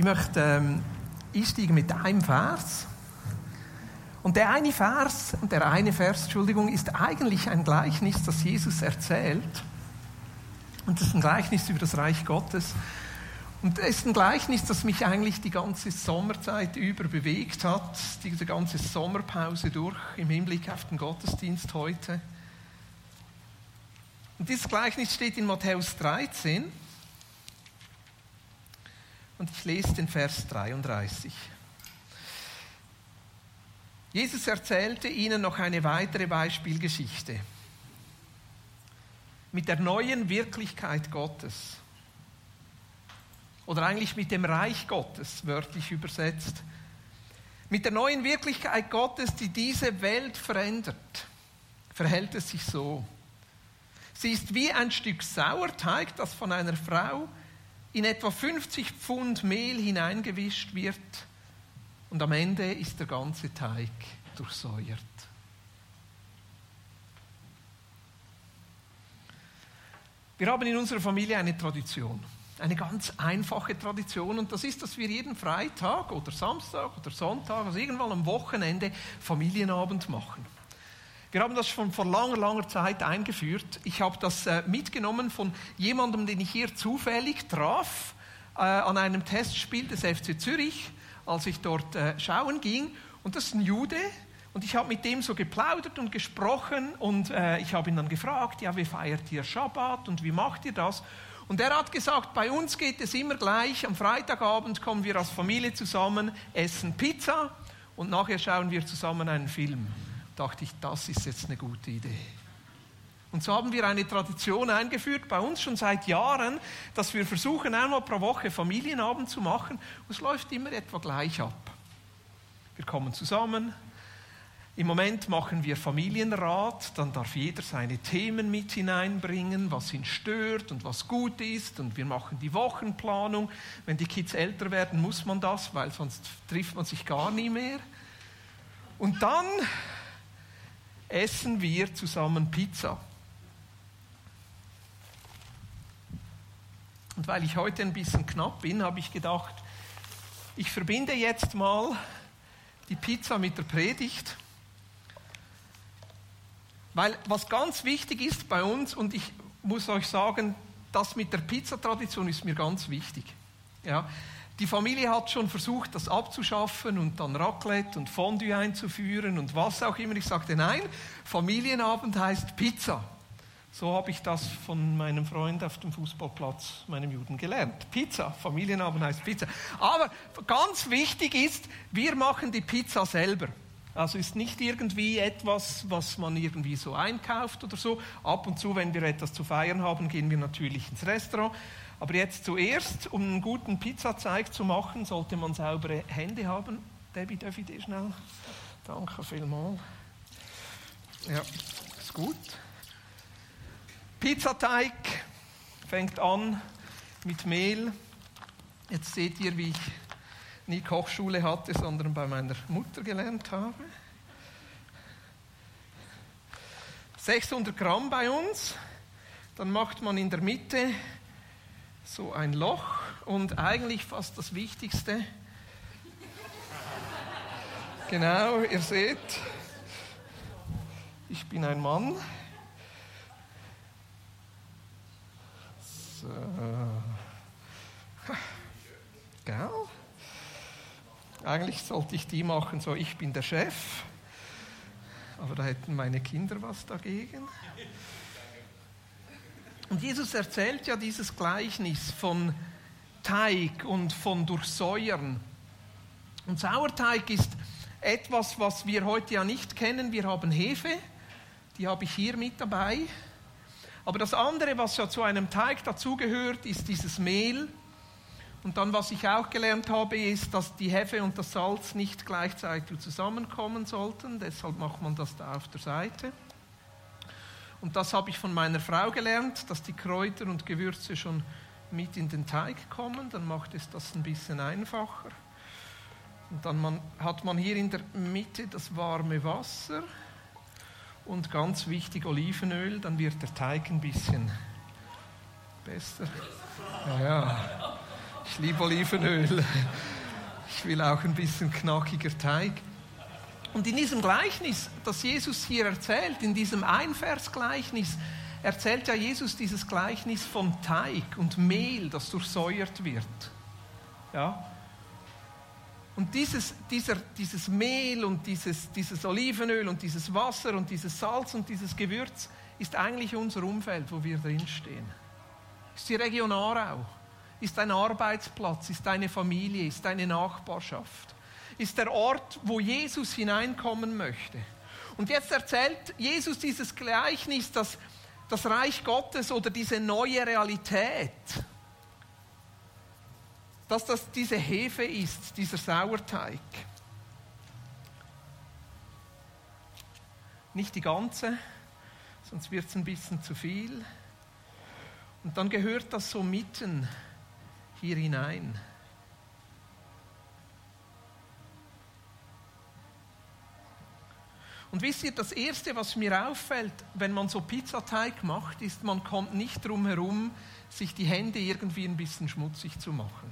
möchte einsteigen mit einem Vers. Und der eine Vers, ist eigentlich ein Gleichnis, das Jesus erzählt. Und das ist ein Gleichnis über das Reich Gottes. Und es ist ein Gleichnis, das mich eigentlich die ganze Sommerzeit über bewegt hat, diese ganze Sommerpause durch, im Hinblick auf den Gottesdienst heute. Und dieses Gleichnis steht in Matthäus 13. Und ich lese den Vers 33. Jesus erzählte ihnen noch eine weitere Beispielgeschichte mit der neuen Wirklichkeit Gottes. Oder eigentlich mit dem Reich Gottes, wörtlich übersetzt. Mit der neuen Wirklichkeit Gottes, die diese Welt verändert, verhält es sich so. Sie ist wie ein Stück Sauerteig, das von einer Frau in etwa 50 Pfund Mehl hineingewischt wird und am Ende ist der ganze Teig durchsäuert. Wir haben in unserer Familie eine Tradition, eine ganz einfache Tradition und das ist, dass wir jeden Freitag oder Samstag oder Sonntag, also irgendwann am Wochenende Familienabend machen. Wir haben das schon vor langer Zeit eingeführt. Ich habe das mitgenommen von jemandem, den ich hier zufällig traf, an einem Testspiel des FC Zürich, als ich dort schauen ging. Und das ist ein Jude. Und ich habe mit dem so geplaudert und gesprochen. Und ich habe ihn dann gefragt, ja, wie feiert ihr Schabbat und wie macht ihr das? Und er hat gesagt, bei uns geht es immer gleich. Am Freitagabend kommen wir als Familie zusammen, essen Pizza und nachher schauen wir zusammen einen Film. Dachte ich, das ist jetzt eine gute Idee. Und so haben wir eine Tradition eingeführt, bei uns schon seit Jahren, dass wir versuchen, einmal pro Woche Familienabend zu machen. Und es läuft immer etwa gleich ab. Wir kommen zusammen. Im Moment machen wir Familienrat, dann darf jeder seine Themen mit hineinbringen, was ihn stört und was gut ist. Und wir machen die Wochenplanung. Wenn die Kids älter werden, muss man das, weil sonst trifft man sich gar nie mehr. Und dann essen wir zusammen Pizza. Und weil ich heute ein bisschen knapp bin, habe ich gedacht, ich verbinde jetzt mal die Pizza mit der Predigt. Weil was ganz wichtig ist bei uns, und ich muss euch sagen, das mit der Pizzatradition ist mir ganz wichtig. Ja. Die Familie hat schon versucht, das abzuschaffen und dann Raclette und Fondue einzuführen und was auch immer. Ich sagte, nein, Familienabend heißt Pizza. So habe ich das von meinem Freund auf dem Fußballplatz, meinem Juden, gelernt. Pizza, Familienabend heißt Pizza. Aber ganz wichtig ist, wir machen die Pizza selber. Also ist nicht irgendwie etwas, was man irgendwie so einkauft oder so. Ab und zu, wenn wir etwas zu feiern haben, gehen wir natürlich ins Restaurant. Aber jetzt zuerst, um einen guten Pizzateig zu machen, sollte man saubere Hände haben. Debbie, darf ich dir schnell? Danke vielmals. Ja, ist gut. Pizzateig fängt an mit Mehl. Jetzt seht ihr, wie ich nie Kochschule hatte, sondern bei meiner Mutter gelernt habe. 600 Gramm bei uns. Dann macht man in der Mitte so ein Loch und eigentlich fast das Wichtigste. Genau, ihr seht, ich bin ein Mann. So. Gell? Eigentlich sollte ich die machen, so ich bin der Chef. Aber da hätten meine Kinder was dagegen. Und Jesus erzählt ja dieses Gleichnis von Teig und von Durchsäuern. Und Sauerteig ist etwas, was wir heute ja nicht kennen. Wir haben Hefe, die habe ich hier mit dabei. Aber das andere, was ja zu einem Teig dazugehört, ist dieses Mehl. Und dann, was ich auch gelernt habe, ist, dass die Hefe und das Salz nicht gleichzeitig zusammenkommen sollten. Deshalb macht man das da auf der Seite. Und das habe ich von meiner Frau gelernt, dass die Kräuter und Gewürze schon mit in den Teig kommen. Dann macht es das ein bisschen einfacher. Und dann hat man hier in der Mitte das warme Wasser und ganz wichtig Olivenöl. Dann wird der Teig ein bisschen besser. Ja. Ich liebe Olivenöl. Ich will auch ein bisschen knackiger Teig. Und in diesem Gleichnis, das Jesus hier erzählt, in diesem Einversgleichnis, erzählt ja Jesus dieses Gleichnis von Teig und Mehl, das durchsäuert wird. Ja? Und dieses Mehl und dieses Olivenöl und dieses Wasser und dieses Salz und dieses Gewürz ist eigentlich unser Umfeld, wo wir drinstehen. Ist die Region Aarau, ist ein Arbeitsplatz, ist eine Familie, ist eine Nachbarschaft, ist der Ort, wo Jesus hineinkommen möchte. Und jetzt erzählt Jesus dieses Gleichnis, dass das Reich Gottes oder diese neue Realität, dass das diese Hefe ist, dieser Sauerteig. Nicht die ganze, sonst wird es ein bisschen zu viel. Und dann gehört das so mitten hier hinein. Und wisst ihr, das Erste, was mir auffällt, wenn man so Pizzateig macht, ist, man kommt nicht drum herum, sich die Hände irgendwie ein bisschen schmutzig zu machen.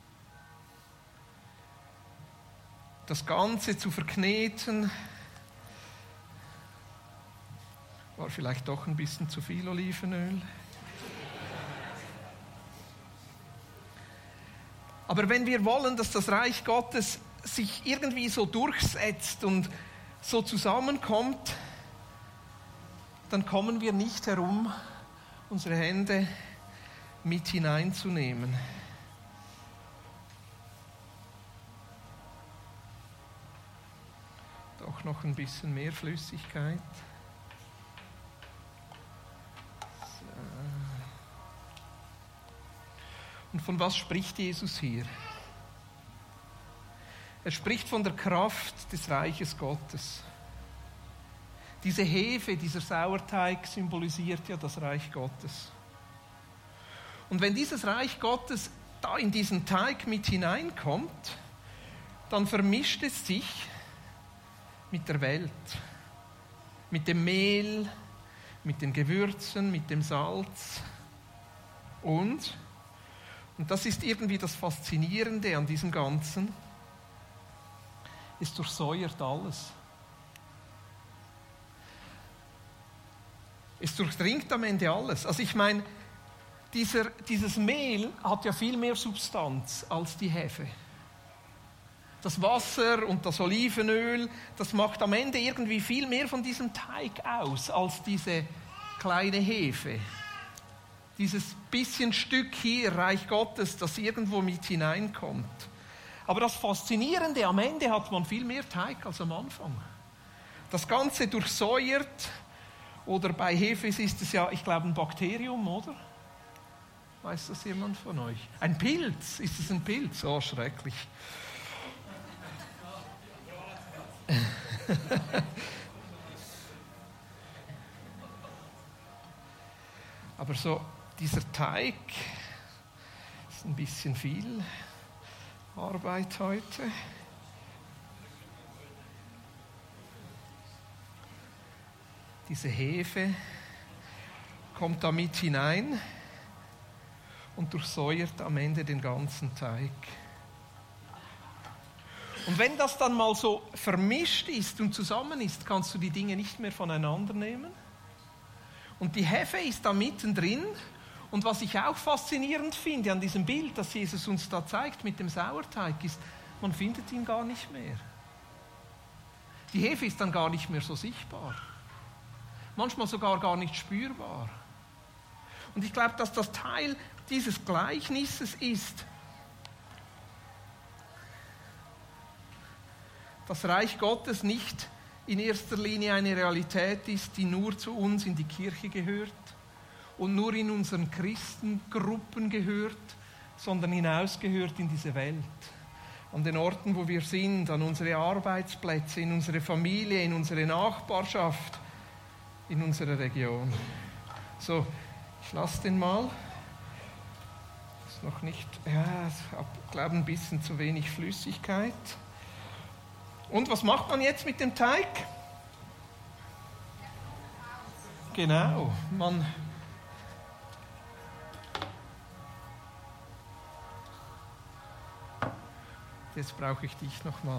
Das Ganze zu verkneten, war vielleicht doch ein bisschen zu viel Olivenöl. Aber wenn wir wollen, dass das Reich Gottes sich irgendwie so durchsetzt und so zusammenkommt, dann kommen wir nicht herum, unsere Hände mit hineinzunehmen. Doch noch ein bisschen mehr Flüssigkeit. So. Und von was spricht Jesus hier? Er spricht von der Kraft des Reiches Gottes. Diese Hefe, dieser Sauerteig symbolisiert ja das Reich Gottes. Und wenn dieses Reich Gottes da in diesen Teig mit hineinkommt, dann vermischt es sich mit der Welt, mit dem Mehl, mit den Gewürzen, mit dem Salz und das ist irgendwie das Faszinierende an diesem Ganzen, es durchsäuert alles. Es durchdringt am Ende alles. Also ich meine, dieses Mehl hat ja viel mehr Substanz als die Hefe. Das Wasser und das Olivenöl, das macht am Ende irgendwie viel mehr von diesem Teig aus, als diese kleine Hefe. Dieses bisschen Stück hier, Reich Gottes, das irgendwo mit hineinkommt. Aber das Faszinierende, am Ende hat man viel mehr Teig als am Anfang. Das Ganze durchsäuert, oder bei Hefe ist es ja, ich glaube, ein Bakterium, oder? Weiß das jemand von euch? Ein Pilz, ist es ein Pilz? Oh, schrecklich. Aber so dieser Teig ist ein bisschen viel Arbeit heute. Diese Hefe kommt da mit hinein und durchsäuert am Ende den ganzen Teig. Und wenn das dann mal so vermischt ist und zusammen ist, kannst du die Dinge nicht mehr voneinander nehmen. Und die Hefe ist da mittendrin. Und was ich auch faszinierend finde an diesem Bild, das Jesus uns da zeigt mit dem Sauerteig, ist, man findet ihn gar nicht mehr. Die Hefe ist dann gar nicht mehr so sichtbar. Manchmal sogar gar nicht spürbar. Und ich glaube, dass das Teil dieses Gleichnisses ist. Das Reich Gottes nicht in erster Linie eine Realität ist, die nur zu uns in die Kirche gehört und nur in unseren Christengruppen gehört, sondern hinausgehört in diese Welt. An den Orten, wo wir sind, an unsere Arbeitsplätze, in unsere Familie, in unsere Nachbarschaft, in unserer Region. So, ich lasse den mal. Ist noch nicht, ja, ich glaube ein bisschen zu wenig Flüssigkeit. Und was macht man jetzt mit dem Teig? Genau, Jetzt brauche ich dich nochmal.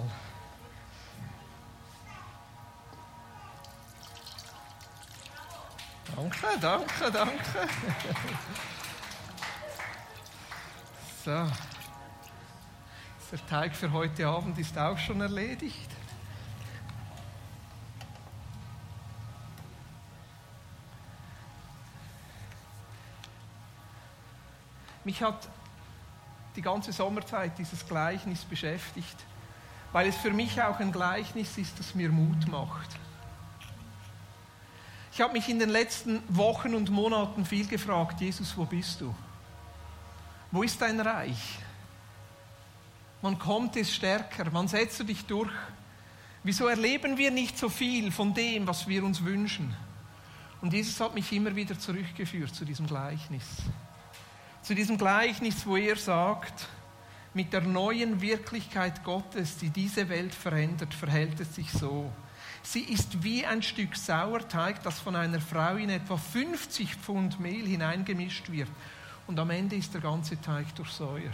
Danke. So. Der Teig für heute Abend ist auch schon erledigt. Mich hat die ganze Sommerzeit dieses Gleichnis beschäftigt, weil es für mich auch ein Gleichnis ist, das mir Mut macht. Ich habe mich in den letzten Wochen und Monaten viel gefragt: Jesus, wo bist du? Wo ist dein Reich? Man kommt es stärker, man setzt dich durch. Wieso erleben wir nicht so viel von dem, was wir uns wünschen? Und Jesus hat mich immer wieder zurückgeführt zu diesem Gleichnis. Zu diesem Gleichnis, wo er sagt, mit der neuen Wirklichkeit Gottes, die diese Welt verändert, verhält es sich so. Sie ist wie ein Stück Sauerteig, das von einer Frau in etwa 50 Pfund Mehl hineingemischt wird. Und am Ende ist der ganze Teig durchsäuert.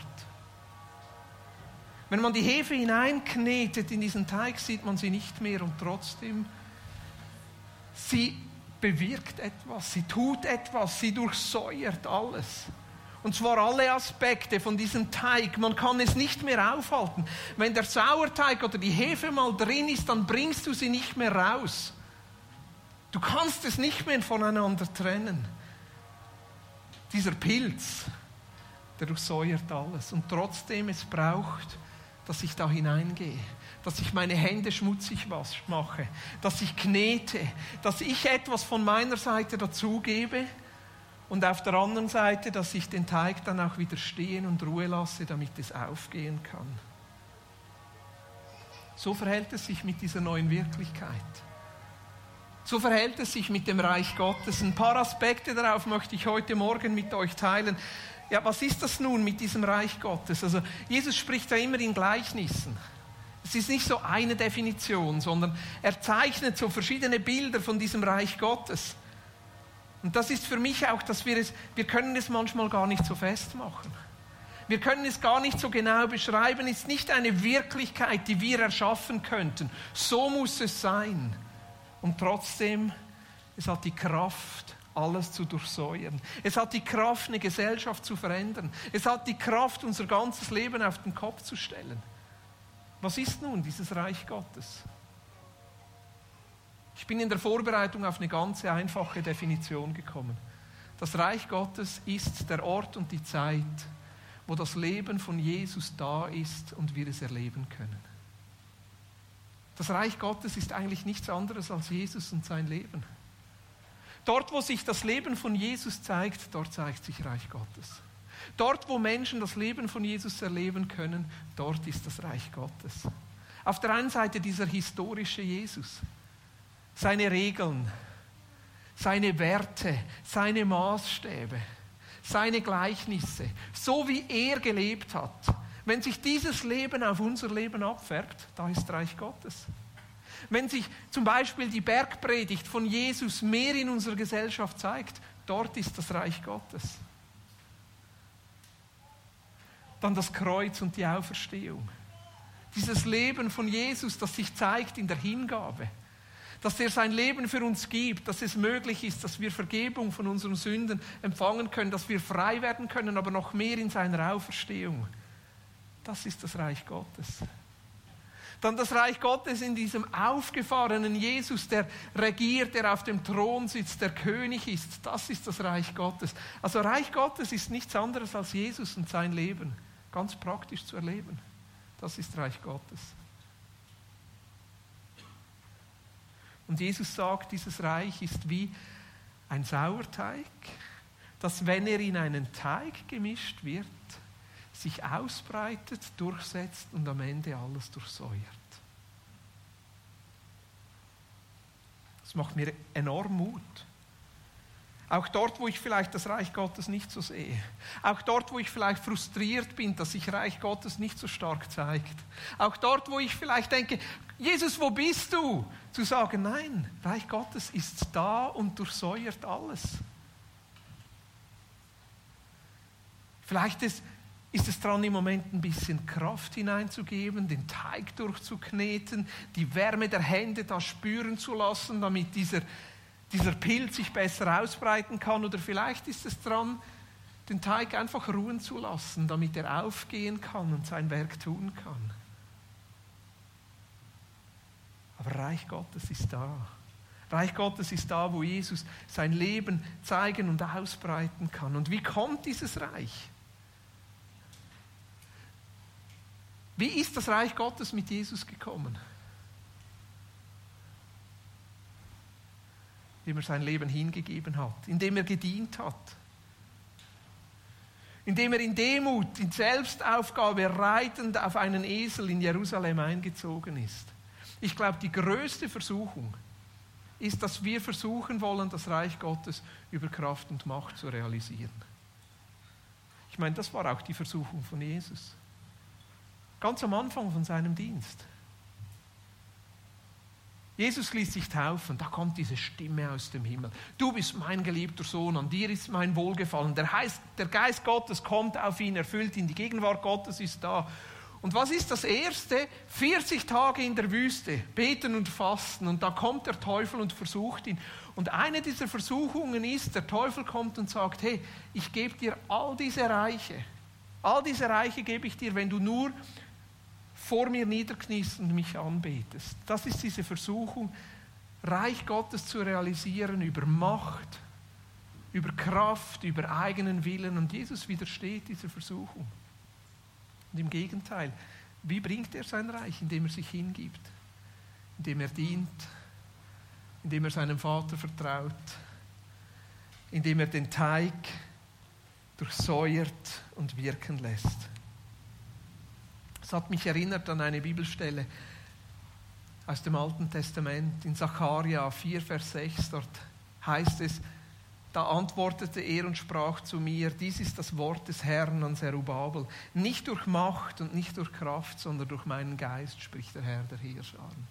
Wenn man die Hefe hineinknetet in diesen Teig, sieht man sie nicht mehr und trotzdem, sie bewirkt etwas, sie tut etwas, sie durchsäuert alles. Und zwar alle Aspekte von diesem Teig. Man kann es nicht mehr aufhalten. Wenn der Sauerteig oder die Hefe mal drin ist, dann bringst du sie nicht mehr raus. Du kannst es nicht mehr voneinander trennen. Dieser Pilz, der durchsäuert alles. Und trotzdem, es braucht, dass ich da hineingehe, dass ich meine Hände schmutzig mache, dass ich knete, dass ich etwas von meiner Seite dazugebe und auf der anderen Seite, dass ich den Teig dann auch wieder stehen und Ruhe lasse, damit es aufgehen kann. So verhält es sich mit dieser neuen Wirklichkeit. So verhält es sich mit dem Reich Gottes. Ein paar Aspekte darauf möchte ich heute Morgen mit euch teilen. Ja, was ist das nun mit diesem Reich Gottes? Also Jesus spricht ja immer in Gleichnissen. Es ist nicht so eine Definition, sondern er zeichnet so verschiedene Bilder von diesem Reich Gottes. Und das ist für mich auch, dass wir können es manchmal gar nicht so festmachen. Wir können es gar nicht so genau beschreiben. Es ist nicht eine Wirklichkeit, die wir erschaffen könnten. So muss es sein. Und trotzdem, es hat die Kraft, alles zu durchsäuern. Es hat die Kraft, eine Gesellschaft zu verändern. Es hat die Kraft, unser ganzes Leben auf den Kopf zu stellen. Was ist nun dieses Reich Gottes? Ich bin in der Vorbereitung auf eine ganz einfache Definition gekommen. Das Reich Gottes ist der Ort und die Zeit, wo das Leben von Jesus da ist und wir es erleben können. Das Reich Gottes ist eigentlich nichts anderes als Jesus und sein Leben. Dort, wo sich das Leben von Jesus zeigt, dort zeigt sich Reich Gottes. Dort, wo Menschen das Leben von Jesus erleben können, dort ist das Reich Gottes. Auf der einen Seite dieser historische Jesus, seine Regeln, seine Werte, seine Maßstäbe, seine Gleichnisse, so wie er gelebt hat. Wenn sich dieses Leben auf unser Leben abfärbt, da ist Reich Gottes. Wenn sich zum Beispiel die Bergpredigt von Jesus mehr in unserer Gesellschaft zeigt, dort ist das Reich Gottes. Dann das Kreuz und die Auferstehung. Dieses Leben von Jesus, das sich zeigt in der Hingabe. Dass er sein Leben für uns gibt, dass es möglich ist, dass wir Vergebung von unseren Sünden empfangen können, dass wir frei werden können, aber noch mehr in seiner Auferstehung. Das ist das Reich Gottes. Dann das Reich Gottes in diesem aufgefahrenen Jesus, der regiert, der auf dem Thron sitzt, der König ist. Das ist das Reich Gottes. Also Reich Gottes ist nichts anderes als Jesus und sein Leben. Ganz praktisch zu erleben. Das ist Reich Gottes. Und Jesus sagt, dieses Reich ist wie ein Sauerteig, das, wenn er in einen Teig gemischt wird, sich ausbreitet, durchsetzt und am Ende alles durchsäuert. Das macht mir enorm Mut. Auch dort, wo ich vielleicht das Reich Gottes nicht so sehe. Auch dort, wo ich vielleicht frustriert bin, dass sich Reich Gottes nicht so stark zeigt. Auch dort, wo ich vielleicht denke, Jesus, wo bist du? Zu sagen, nein, Reich Gottes ist da und durchsäuert alles. Vielleicht Ist es dran, im Moment ein bisschen Kraft hineinzugeben, den Teig durchzukneten, die Wärme der Hände da spüren zu lassen, damit dieser Pilz sich besser ausbreiten kann? Oder vielleicht ist es dran, den Teig einfach ruhen zu lassen, damit er aufgehen kann und sein Werk tun kann. Aber Reich Gottes ist da. Reich Gottes ist da, wo Jesus sein Leben zeigen und ausbreiten kann. Und wie kommt dieses Reich? Wie ist das Reich Gottes mit Jesus gekommen? Indem er sein Leben hingegeben hat, indem er gedient hat, indem er in Demut, in Selbstaufgabe reitend auf einen Esel in Jerusalem eingezogen ist. Ich glaube, die größte Versuchung ist, dass wir versuchen wollen, das Reich Gottes über Kraft und Macht zu realisieren. Ich meine, das war auch die Versuchung von Jesus. Ganz am Anfang von seinem Dienst. Jesus ließ sich taufen, da kommt diese Stimme aus dem Himmel. Du bist mein geliebter Sohn, an dir ist mein Wohlgefallen. Der Geist Gottes kommt auf ihn, erfüllt ihn, die Gegenwart Gottes ist da. Und was ist das Erste? 40 Tage in der Wüste, beten und fasten. Und da kommt der Teufel und versucht ihn. Und eine dieser Versuchungen ist, der Teufel kommt und sagt, hey, ich gebe dir all diese Reiche. All diese Reiche gebe ich dir, wenn du nur vor mir niederkniest und mich anbetest. Das ist diese Versuchung, Reich Gottes zu realisieren über Macht, über Kraft, über eigenen Willen. Und Jesus widersteht dieser Versuchung. Und im Gegenteil, wie bringt er sein Reich? Indem er sich hingibt, indem er dient, indem er seinem Vater vertraut, indem er den Teig durchsäuert und wirken lässt. Es hat mich erinnert an eine Bibelstelle aus dem Alten Testament, in Sacharja 4, Vers 6, dort heißt es, da antwortete er und sprach zu mir, dies ist das Wort des Herrn an Zerubabel. Nicht durch Macht und nicht durch Kraft, sondern durch meinen Geist, spricht der Herr der Heerscharen.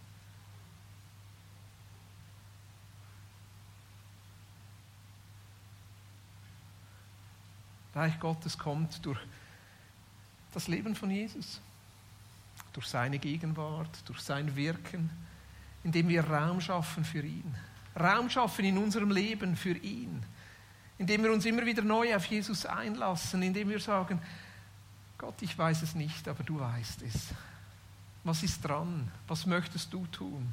Reich Gottes kommt durch das Leben von Jesus, durch seine Gegenwart, durch sein Wirken, indem wir Raum schaffen für ihn. Raum schaffen in unserem Leben für ihn, indem wir uns immer wieder neu auf Jesus einlassen, indem wir sagen, Gott, ich weiß es nicht, aber du weißt es. Was ist dran? Was möchtest du tun?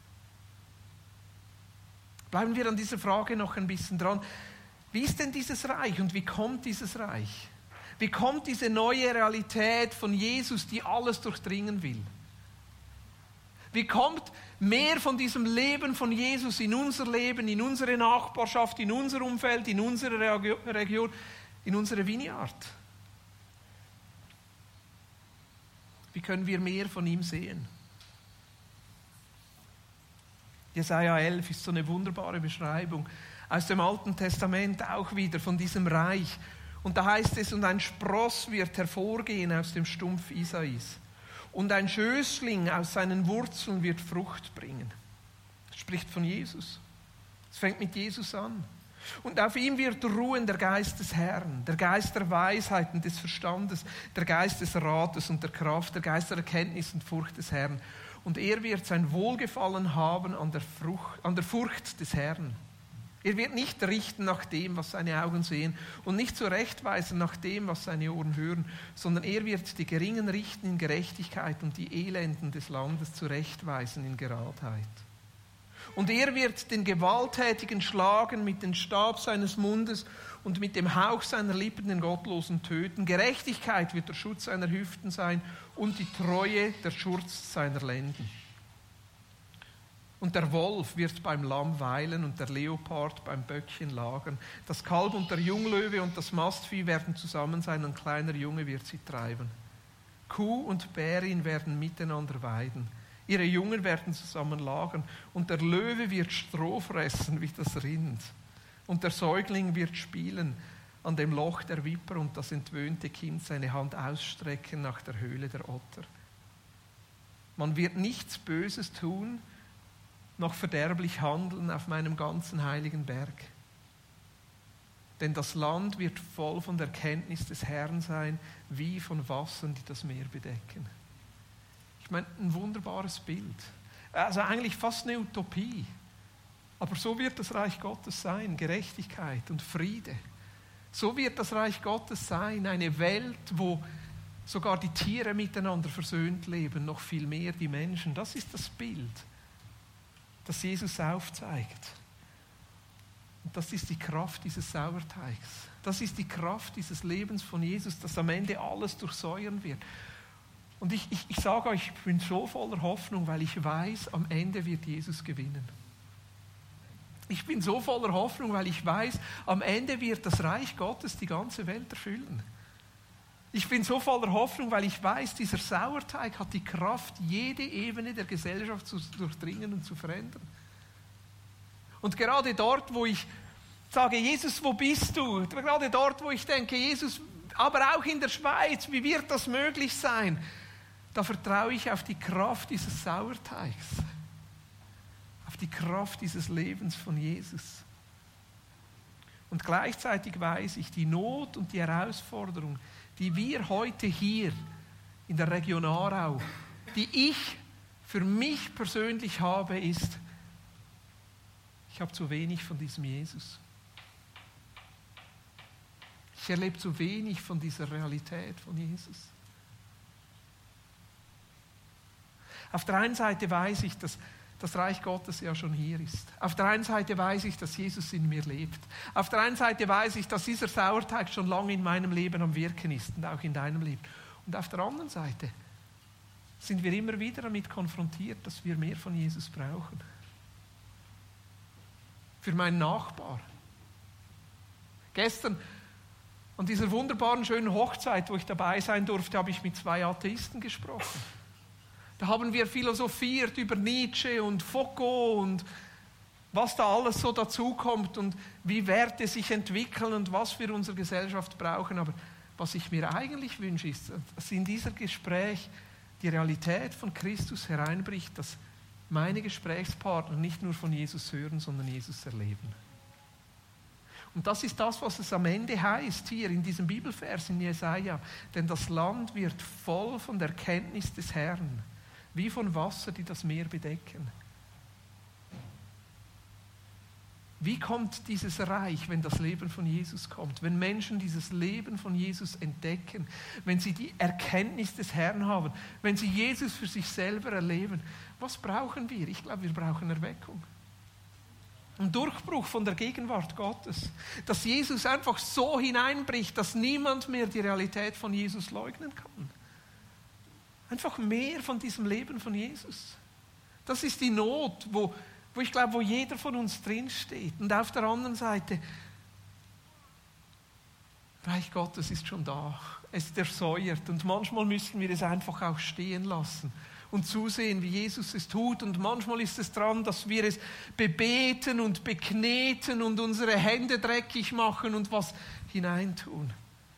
Bleiben wir an dieser Frage noch ein bisschen dran. Wie ist denn dieses Reich und wie kommt dieses Reich? Wie kommt diese neue Realität von Jesus, die alles durchdringen will? Wie kommt mehr von diesem Leben von Jesus in unser Leben, in unsere Nachbarschaft, in unser Umfeld, in unsere Region, in unsere Vineyard? Wie können wir mehr von ihm sehen? Jesaja 11 ist so eine wunderbare Beschreibung aus dem Alten Testament auch wieder von diesem Reich. Und da heißt es, und ein Spross wird hervorgehen aus dem Stumpf Isais. Und ein Schößling aus seinen Wurzeln wird Frucht bringen. Das spricht von Jesus. Es fängt mit Jesus an. Und auf ihm wird ruhen der Geist des Herrn, der Geist der Weisheit und des Verstandes, der Geist des Rates und der Kraft, der Geist der Erkenntnis und Furcht des Herrn. Und er wird sein Wohlgefallen haben an der Furcht des Herrn. Er wird nicht richten nach dem, was seine Augen sehen und nicht zurechtweisen nach dem, was seine Ohren hören, sondern er wird die Geringen richten in Gerechtigkeit und die Elenden des Landes zurechtweisen in Geradheit. Und er wird den Gewalttätigen schlagen mit dem Stab seines Mundes und mit dem Hauch seiner Lippen den Gottlosen töten. Gerechtigkeit wird der Schutz seiner Hüften sein und die Treue der Schurz seiner Lenden. Und der Wolf wird beim Lamm weilen und der Leopard beim Böckchen lagern. Das Kalb und der Junglöwe und das Mastvieh werden zusammen sein, ein kleiner Junge wird sie treiben. Kuh und Bärin werden miteinander weiden. Ihre Jungen werden zusammen lagern. Und der Löwe wird Stroh fressen wie das Rind. Und der Säugling wird spielen an dem Loch der Viper und das entwöhnte Kind seine Hand ausstrecken nach der Höhle der Otter. Man wird nichts Böses tun, noch verderblich handeln auf meinem ganzen heiligen Berg. Denn das Land wird voll von der Erkenntnis des Herrn sein, wie von Wassern, die das Meer bedecken. Ich meine, ein wunderbares Bild. Also eigentlich fast eine Utopie. Aber so wird das Reich Gottes sein, Gerechtigkeit und Friede. So wird das Reich Gottes sein, eine Welt, wo sogar die Tiere miteinander versöhnt leben, noch viel mehr die Menschen. Das ist das Bild, das Jesus aufzeigt. Und das ist die Kraft dieses Sauerteigs. Das ist die Kraft dieses Lebens von Jesus, das am Ende alles durchsäuern wird. Und ich sage euch, ich bin so voller Hoffnung, weil ich weiß, am Ende wird Jesus gewinnen. Ich bin so voller Hoffnung, weil ich weiß, am Ende wird das Reich Gottes die ganze Welt erfüllen. Ich bin so voller Hoffnung, weil ich weiß, dieser Sauerteig hat die Kraft, jede Ebene der Gesellschaft zu durchdringen und zu verändern. Und gerade dort, wo ich sage, Jesus, wo bist du? Gerade dort, wo ich denke, Jesus, aber auch in der Schweiz, wie wird das möglich sein? Da vertraue ich auf die Kraft dieses Sauerteigs, auf die Kraft dieses Lebens von Jesus. Und gleichzeitig weiß ich, die Not und die Herausforderung, die wir heute hier in der Region Aarau, die ich für mich persönlich habe, ist, ich habe zu wenig von diesem Jesus. Ich erlebe zu wenig von dieser Realität von Jesus. Auf der einen Seite weiß ich, dass das Reich Gottes ja schon hier ist. Auf der einen Seite weiß ich, dass Jesus in mir lebt. Auf der einen Seite weiß ich, dass dieser Sauerteig schon lange in meinem Leben am Wirken ist und auch in deinem Leben. Und auf der anderen Seite sind wir immer wieder damit konfrontiert, dass wir mehr von Jesus brauchen. Für meinen Nachbar. Gestern an dieser wunderbaren, schönen Hochzeit, wo ich dabei sein durfte, habe ich mit 2 Atheisten gesprochen. Da haben wir philosophiert über Nietzsche und Foucault und was da alles so dazukommt und wie Werte sich entwickeln und was wir unsere Gesellschaft brauchen. Aber was ich mir eigentlich wünsche, ist, dass in dieser Gespräch die Realität von Christus hereinbricht, dass meine Gesprächspartner nicht nur von Jesus hören, sondern Jesus erleben. Und das ist das, was es am Ende heißt, hier in diesem Bibelvers in Jesaja. Denn das Land wird voll von der Erkenntnis des Herrn, wie von Wasser, die das Meer bedecken. Wie kommt dieses Reich, wenn das Leben von Jesus kommt? Wenn Menschen dieses Leben von Jesus entdecken, wenn sie die Erkenntnis des Herrn haben, wenn sie Jesus für sich selber erleben. Was brauchen wir? Ich glaube, wir brauchen Erweckung. Ein Durchbruch von der Gegenwart Gottes. Dass Jesus einfach so hineinbricht, dass niemand mehr die Realität von Jesus leugnen kann. Einfach mehr von diesem Leben von Jesus. Das ist die Not, wo ich glaube, wo jeder von uns drinsteht. Und auf der anderen Seite, Reich Gottes ist schon da. Es ist ersäuert. Und manchmal müssen wir es einfach auch stehen lassen und zusehen, wie Jesus es tut. Und manchmal ist es dran, dass wir es bebeten und bekneten und unsere Hände dreckig machen und was hineintun.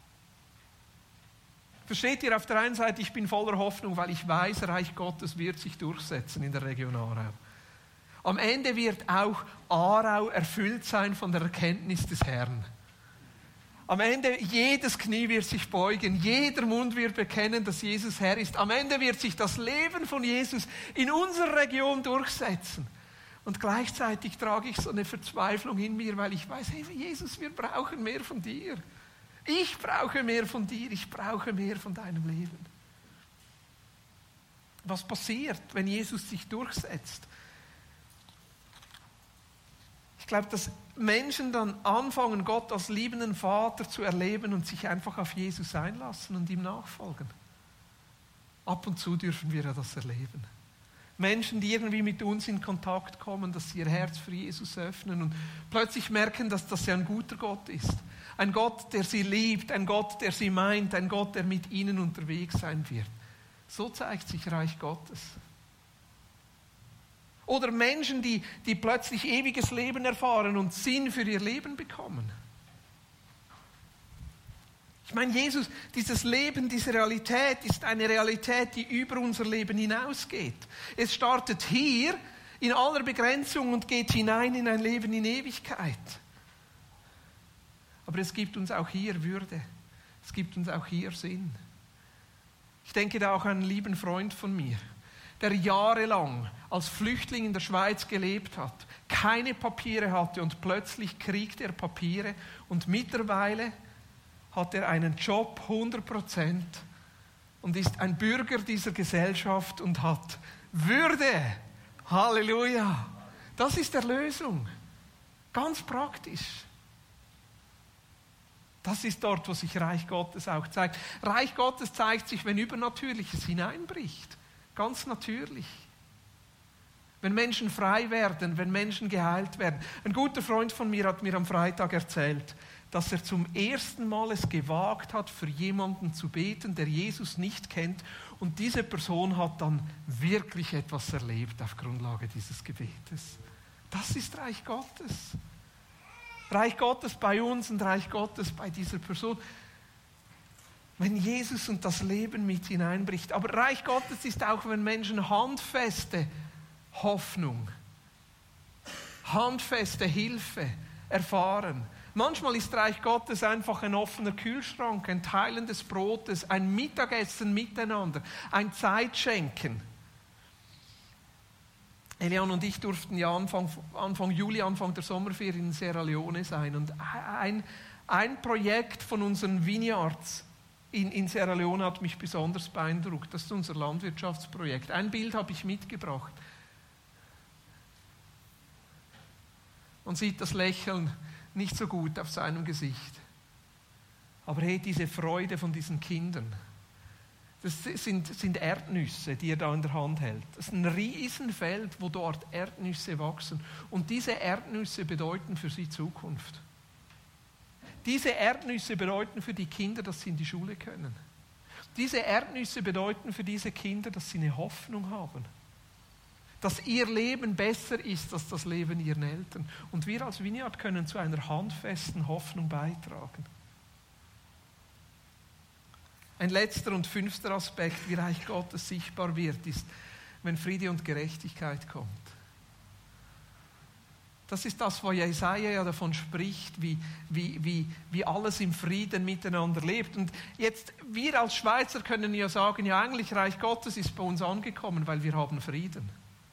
Versteht ihr, auf der einen Seite, ich bin voller Hoffnung, weil ich weiß, Reich Gottes wird sich durchsetzen in der Region Aarau. Am Ende wird auch Aarau erfüllt sein von der Erkenntnis des Herrn. Am Ende, jedes Knie wird sich beugen, jeder Mund wird bekennen, dass Jesus Herr ist. Am Ende wird sich das Leben von Jesus in unserer Region durchsetzen. Und gleichzeitig trage ich so eine Verzweiflung in mir, weil ich weiß, hey Jesus, wir brauchen mehr von dir. Ich brauche mehr von dir, ich brauche mehr von deinem Leben. Was passiert, wenn Jesus sich durchsetzt? Ich glaube, dass Menschen dann anfangen, Gott als liebenden Vater zu erleben und sich einfach auf Jesus einlassen und ihm nachfolgen. Ab und zu dürfen wir ja das erleben. Menschen, die irgendwie mit uns in Kontakt kommen, dass sie ihr Herz für Jesus öffnen und plötzlich merken, dass das ja ein guter Gott ist. Ein Gott, der sie liebt, ein Gott, der sie meint, ein Gott, der mit ihnen unterwegs sein wird. So zeigt sich Reich Gottes. Oder Menschen, die plötzlich ewiges Leben erfahren und Sinn für ihr Leben bekommen. Ich meine, Jesus, dieses Leben, diese Realität ist eine Realität, die über unser Leben hinausgeht. Es startet hier in aller Begrenzung und geht hinein in ein Leben in Ewigkeit. Aber es gibt uns auch hier Würde. Es gibt uns auch hier Sinn. Ich denke da auch an einen lieben Freund von mir, der jahrelang als Flüchtling in der Schweiz gelebt hat, keine Papiere hatte und plötzlich kriegt er Papiere und mittlerweile hat er einen Job 100% und ist ein Bürger dieser Gesellschaft und hat Würde. Halleluja. Das ist Erlösung. Ganz praktisch. Das ist dort, wo sich Reich Gottes auch zeigt. Reich Gottes zeigt sich, wenn Übernatürliches hineinbricht. Ganz natürlich. Wenn Menschen frei werden, wenn Menschen geheilt werden. Ein guter Freund von mir hat mir am Freitag erzählt, dass er zum ersten Mal es gewagt hat, für jemanden zu beten, der Jesus nicht kennt. Und diese Person hat dann wirklich etwas erlebt auf Grundlage dieses Gebetes. Das ist Reich Gottes. Reich Gottes bei uns und Reich Gottes bei dieser Person. Wenn Jesus und das Leben mit hineinbricht. Aber Reich Gottes ist auch, wenn Menschen handfeste Hoffnung, handfeste Hilfe erfahren. Manchmal ist Reich Gottes einfach ein offener Kühlschrank, ein Teilen des Brotes, ein Mittagessen miteinander, ein Zeitschenken. Elian und ich durften ja Anfang Juli, Anfang der Sommerferien in Sierra Leone sein. Und ein Projekt von unseren Vineyards in Sierra Leone hat mich besonders beeindruckt. Das ist unser Landwirtschaftsprojekt. Ein Bild habe ich mitgebracht. Man sieht das Lächeln nicht so gut auf seinem Gesicht. Aber hey, diese Freude von diesen Kindern. Das sind Erdnüsse, die er da in der Hand hält. Das ist ein Riesenfeld, wo dort Erdnüsse wachsen. Und diese Erdnüsse bedeuten für sie Zukunft. Diese Erdnüsse bedeuten für die Kinder, dass sie in die Schule können. Diese Erdnüsse bedeuten für diese Kinder, dass sie eine Hoffnung haben. Dass ihr Leben besser ist als das Leben ihrer Eltern. Und wir als Vineyard können zu einer handfesten Hoffnung beitragen. Ein letzter und fünfter Aspekt, wie Reich Gottes sichtbar wird, ist, wenn Friede und Gerechtigkeit kommt. Das ist das, wo Jesaja ja davon spricht, wie alles im Frieden miteinander lebt. Und jetzt, wir als Schweizer können ja sagen, ja eigentlich Reich Gottes ist bei uns angekommen, weil wir haben Frieden.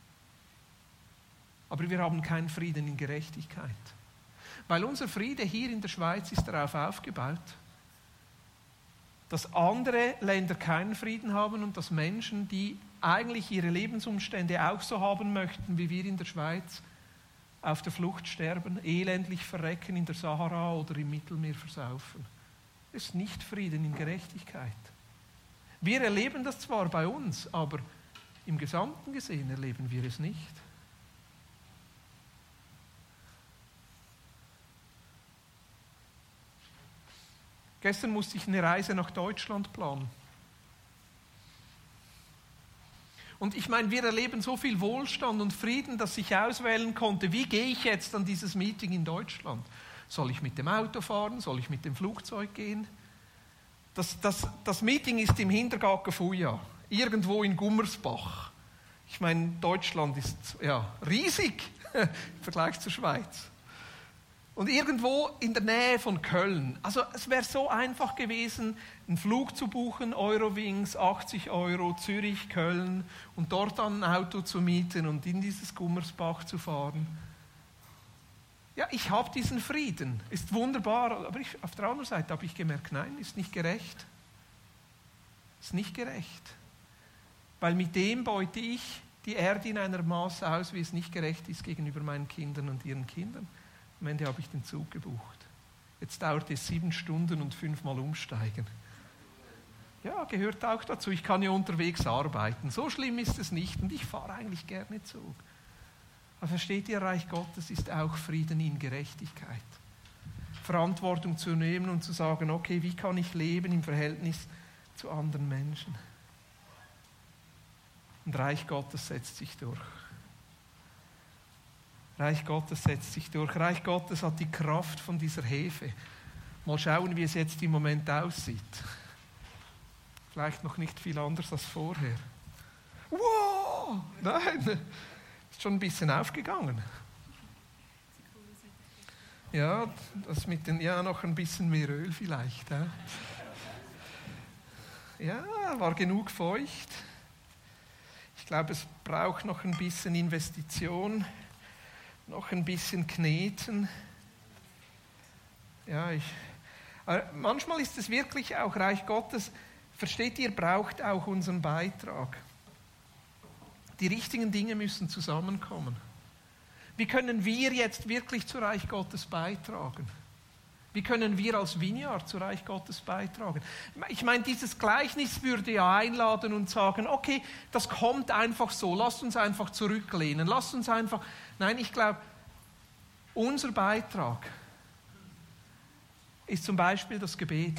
Aber wir haben keinen Frieden in Gerechtigkeit. Weil unser Friede hier in der Schweiz ist darauf aufgebaut, dass andere Länder keinen Frieden haben und dass Menschen, die eigentlich ihre Lebensumstände auch so haben möchten, wie wir in der Schweiz, auf der Flucht sterben, elendlich verrecken in der Sahara oder im Mittelmeer versaufen. Es ist nicht Frieden in Gerechtigkeit. Wir erleben das zwar bei uns, aber im Gesamten gesehen erleben wir es nicht. Gestern musste ich eine Reise nach Deutschland planen. Und ich meine, wir erleben so viel Wohlstand und Frieden, dass ich auswählen konnte, wie gehe ich jetzt an dieses Meeting in Deutschland? Soll ich mit dem Auto fahren? Soll ich mit dem Flugzeug gehen? Das Meeting ist im Hintergarten Fuja, irgendwo in Gummersbach. Ich meine, Deutschland ist ja riesig im Vergleich zur Schweiz. Und irgendwo in der Nähe von Köln. Also es wäre so einfach gewesen, einen Flug zu buchen, Eurowings, 80 €, Zürich, Köln und dort dann ein Auto zu mieten und in dieses Gummersbach zu fahren. Ja, ich habe diesen Frieden, ist wunderbar, aber auf der anderen Seite habe ich gemerkt, nein, ist nicht gerecht. Ist nicht gerecht. Weil mit dem beute ich die Erde in einer Maß aus, wie es nicht gerecht ist gegenüber meinen Kindern und ihren Kindern. Am Ende habe ich den Zug gebucht. Jetzt dauert es 7 Stunden und 5-mal umsteigen. Ja, gehört auch dazu. Ich kann ja unterwegs arbeiten. So schlimm ist es nicht und ich fahre eigentlich gerne Zug. Aber versteht ihr, Reich Gottes ist auch Frieden in Gerechtigkeit. Verantwortung zu nehmen und zu sagen, okay, wie kann ich leben im Verhältnis zu anderen Menschen? Und Reich Gottes setzt sich durch. Reich Gottes setzt sich durch. Reich Gottes hat die Kraft von dieser Hefe. Mal schauen, wie es jetzt im Moment aussieht. Vielleicht noch nicht viel anders als vorher. Wow! Nein, ist schon ein bisschen aufgegangen. Ja, das mit den, ja, noch ein bisschen mehr Öl vielleicht. Ja, war genug feucht. Ich glaube, es braucht noch ein bisschen Investition, noch ein bisschen Kneten. Ja, manchmal ist es wirklich auch Reich Gottes, versteht ihr, braucht auch unseren Beitrag. Die richtigen Dinge müssen zusammenkommen. Wie können wir jetzt wirklich zu Reich Gottes beitragen? Wie können wir als Vineyard zu Reich Gottes beitragen? Ich meine, dieses Gleichnis würde ja einladen und sagen, okay, das kommt einfach so, lasst uns einfach zurücklehnen, lasst uns einfach... Nein, ich glaube, unser Beitrag ist zum Beispiel das Gebet.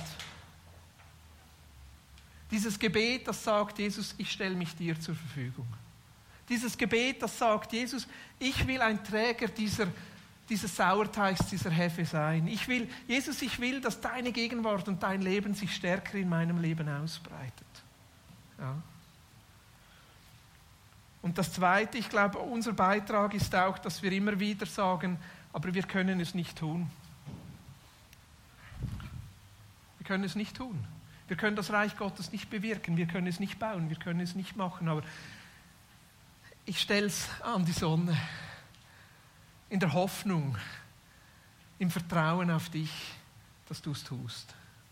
Dieses Gebet, das sagt, Jesus, ich stelle mich dir zur Verfügung. Dieses Gebet, das sagt, Jesus, ich will ein Träger dieses Sauerteigs, dieser Hefe sein. Jesus, ich will, dass deine Gegenwart und dein Leben sich stärker in meinem Leben ausbreitet. Ja. Und das Zweite, ich glaube, unser Beitrag ist auch, dass wir immer wieder sagen, aber wir können es nicht tun. Wir können es nicht tun. Wir können das Reich Gottes nicht bewirken, wir können es nicht bauen, wir können es nicht machen, aber ich stelle es an die Sonne, in der Hoffnung, im Vertrauen auf dich, dass du es tust.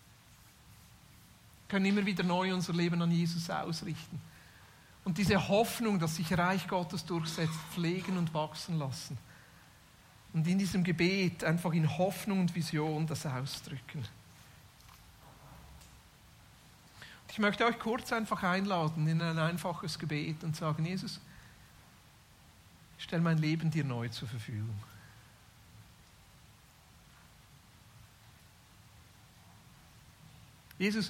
Wir können immer wieder neu unser Leben an Jesus ausrichten und diese Hoffnung, dass sich Reich Gottes durchsetzt, pflegen und wachsen lassen. Und in diesem Gebet einfach in Hoffnung und Vision das ausdrücken. Ich möchte euch kurz einfach einladen in ein einfaches Gebet und sagen, Jesus, ich stelle mein Leben dir neu zur Verfügung. Jesus,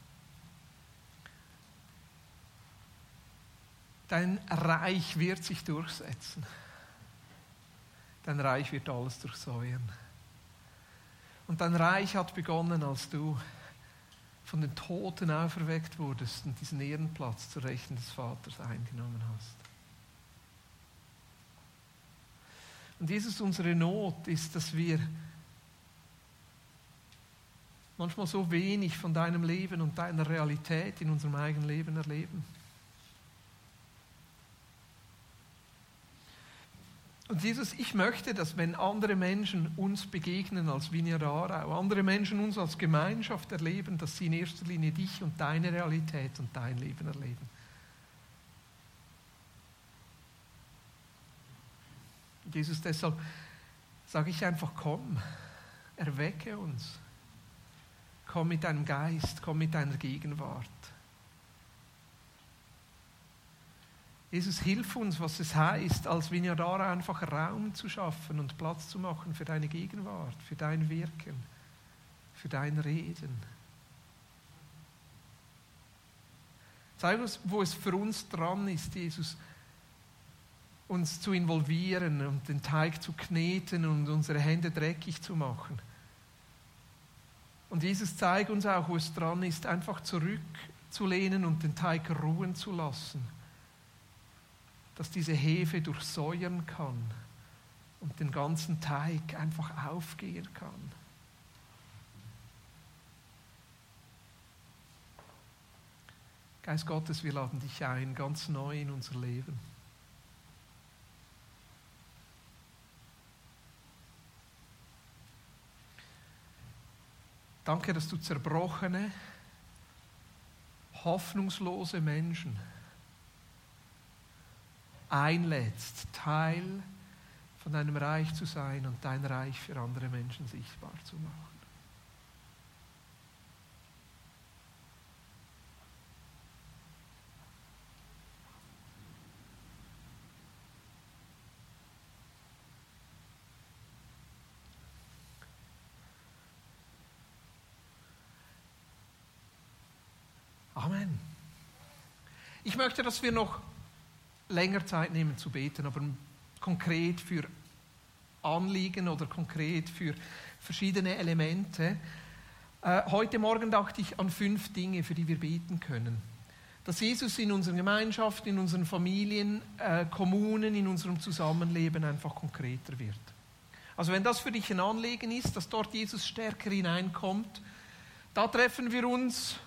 dein Reich wird sich durchsetzen. Dein Reich wird alles durchsäuern. Und dein Reich hat begonnen, als du von den Toten auferweckt wurdest und diesen Ehrenplatz zur Rechten des Vaters eingenommen hast. Und Jesus, unsere Not ist, dass wir manchmal so wenig von deinem Leben und deiner Realität in unserem eigenen Leben erleben. Und Jesus, ich möchte, dass wenn andere Menschen uns begegnen als Vineyard Aarau, andere Menschen uns als Gemeinschaft erleben, dass sie in erster Linie dich und deine Realität und dein Leben erleben. Und Jesus, deshalb sage ich einfach, komm, erwecke uns. Komm mit deinem Geist, komm mit deiner Gegenwart. Jesus, hilf uns, was es heißt, als Vineyard Aarau einfach Raum zu schaffen und Platz zu machen für deine Gegenwart, für dein Wirken, für dein Reden. Zeig uns, wo es für uns dran ist, Jesus, uns zu involvieren und den Teig zu kneten und unsere Hände dreckig zu machen. Und Jesus, zeig uns auch, wo es dran ist, einfach zurückzulehnen und den Teig ruhen zu lassen. Dass diese Hefe durchsäuern kann und den ganzen Teig einfach aufgehen kann. Geist Gottes, wir laden dich ein, ganz neu in unser Leben. Danke, dass du zerbrochene, hoffnungslose Menschen einlädst, Teil von deinem Reich zu sein und dein Reich für andere Menschen sichtbar zu machen. Amen. Ich möchte, dass wir noch länger Zeit nehmen zu beten, aber konkret für Anliegen oder konkret für verschiedene Elemente. Heute Morgen dachte ich an 5 Dinge, für die wir beten können. Dass Jesus in unserer Gemeinschaft, in unseren Familien, Kommunen, in unserem Zusammenleben einfach konkreter wird. Also wenn das für dich ein Anliegen ist, dass dort Jesus stärker hineinkommt, da treffen wir uns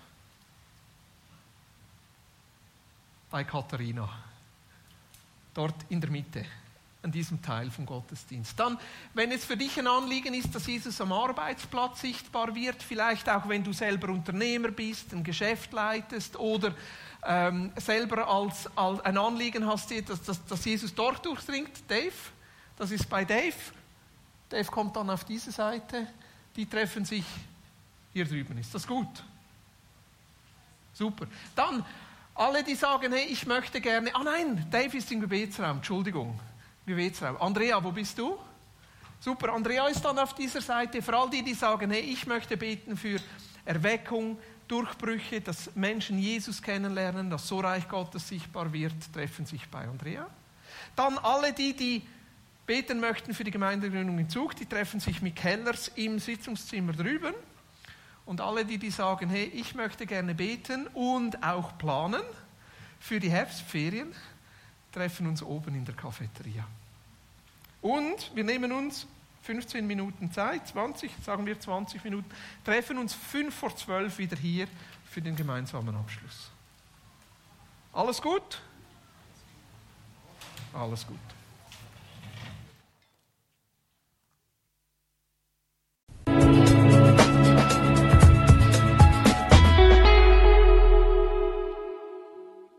bei Katharina, dort in der Mitte, an diesem Teil vom Gottesdienst. Dann, wenn es für dich ein Anliegen ist, dass Jesus am Arbeitsplatz sichtbar wird, vielleicht auch wenn du selber Unternehmer bist, ein Geschäft leitest oder selber als ein Anliegen hast, dass Jesus dort durchdringt, Dave, das ist bei Dave. Dave kommt dann auf diese Seite, die treffen sich hier drüben. Ist das gut? Super. Dann alle, die sagen, hey, ich möchte gerne, nein, Dave ist im Gebetsraum, Entschuldigung, Gebetsraum. Andrea, wo bist du? Super, Andrea ist dann auf dieser Seite. Für all die, die sagen, hey, ich möchte beten für Erweckung, Durchbrüche, dass Menschen Jesus kennenlernen, dass so Reich Gottes sichtbar wird, treffen sich bei Andrea. Dann alle die, die beten möchten für die Gemeindegründung in Zug, die treffen sich mit Kellers im Sitzungszimmer drüben. Und alle die, die sagen, hey, ich möchte gerne beten und auch planen für die Herbstferien, treffen uns oben in der Cafeteria. Und wir nehmen uns 15 Minuten Zeit, 20 Minuten, treffen uns 11:55 wieder hier für den gemeinsamen Abschluss. Alles gut? Alles gut.